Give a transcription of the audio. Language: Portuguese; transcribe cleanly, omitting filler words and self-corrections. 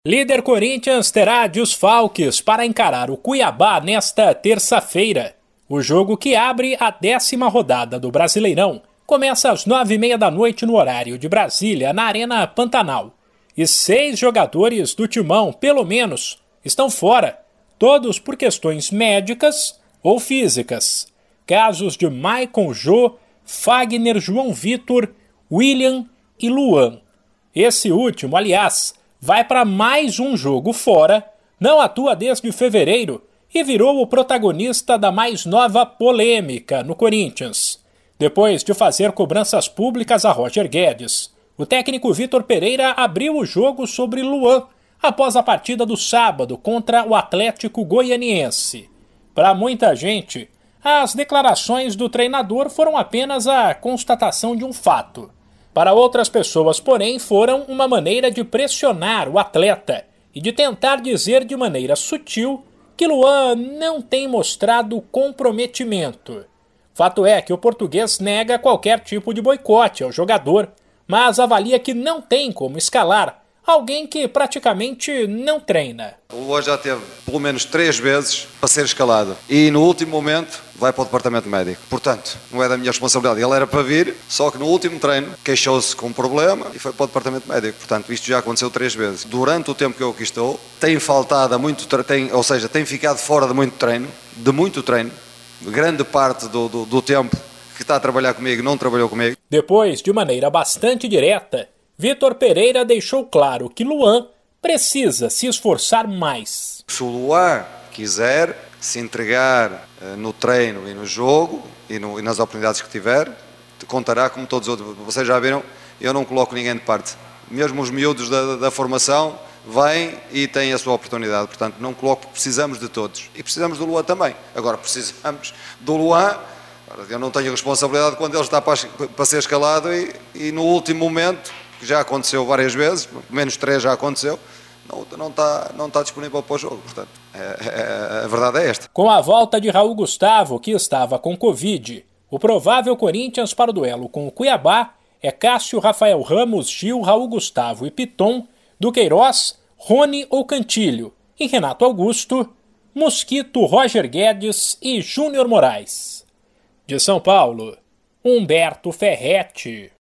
Líder Corinthians terá desfalques para encarar o Cuiabá nesta terça-feira. O jogo que abre a 10ª rodada do Brasileirão começa às 9h30 da noite no horário de Brasília, na Arena Pantanal. E 6 jogadores do timão, pelo menos, estão fora, todos por questões médicas ou físicas. Casos de Maicon Jô, Fagner, João Vitor, William e Luan. Esse último, aliás, vai para mais um jogo fora, não atua desde fevereiro e virou o protagonista da mais nova polêmica no Corinthians. Depois de fazer cobranças públicas a Roger Guedes, o técnico Vitor Pereira abriu o jogo sobre Luan após a partida do sábado contra o Atlético Goianiense. Para muita gente, as declarações do treinador foram apenas a constatação de um fato. Para outras pessoas, porém, foram uma maneira de pressionar o atleta e de tentar dizer de maneira sutil que Luan não tem mostrado comprometimento. Fato é que o português nega qualquer tipo de boicote ao jogador, mas avalia que não tem como escalar alguém que praticamente não treina. O Luan já teve pelo menos 3 vezes para ser escalado e no último momento vai para o departamento médico. Portanto, não é da minha responsabilidade. Ele era para vir, só que no último treino queixou-se com um problema e foi para o departamento médico. Portanto, isto já aconteceu 3 vezes. Durante o tempo que eu aqui estou, tem faltado muito treino, ou seja, tem ficado fora de muito treino, grande parte do tempo que está a trabalhar comigo não trabalhou comigo. Depois, de maneira bastante direta, Vitor Pereira deixou claro que Luan precisa se esforçar mais. Se o Luan quiser se entregar no treino e no jogo e nas oportunidades que tiver, contará como todos os outros. Vocês já viram, eu não coloco ninguém de parte. Mesmo os miúdos da formação vêm e têm a sua oportunidade. Portanto, não coloco, precisamos de todos. E precisamos do Luan também. Agora, precisamos do Luan. Eu não tenho responsabilidade quando ele está para ser escalado e no último momento, que já aconteceu várias vezes, menos 3 já aconteceu, não está disponível para o jogo. Portanto, a verdade é esta. Com a volta de Raul Gustavo, que estava com Covid, o provável Corinthians para o duelo com o Cuiabá é Cássio, Rafael Ramos, Gil, Raul Gustavo e Piton, Duqueiroz, Rony ou Cantilho, e Renato Augusto, Mosquito, Roger Guedes e Júnior Moraes. De São Paulo, Humberto Ferretti.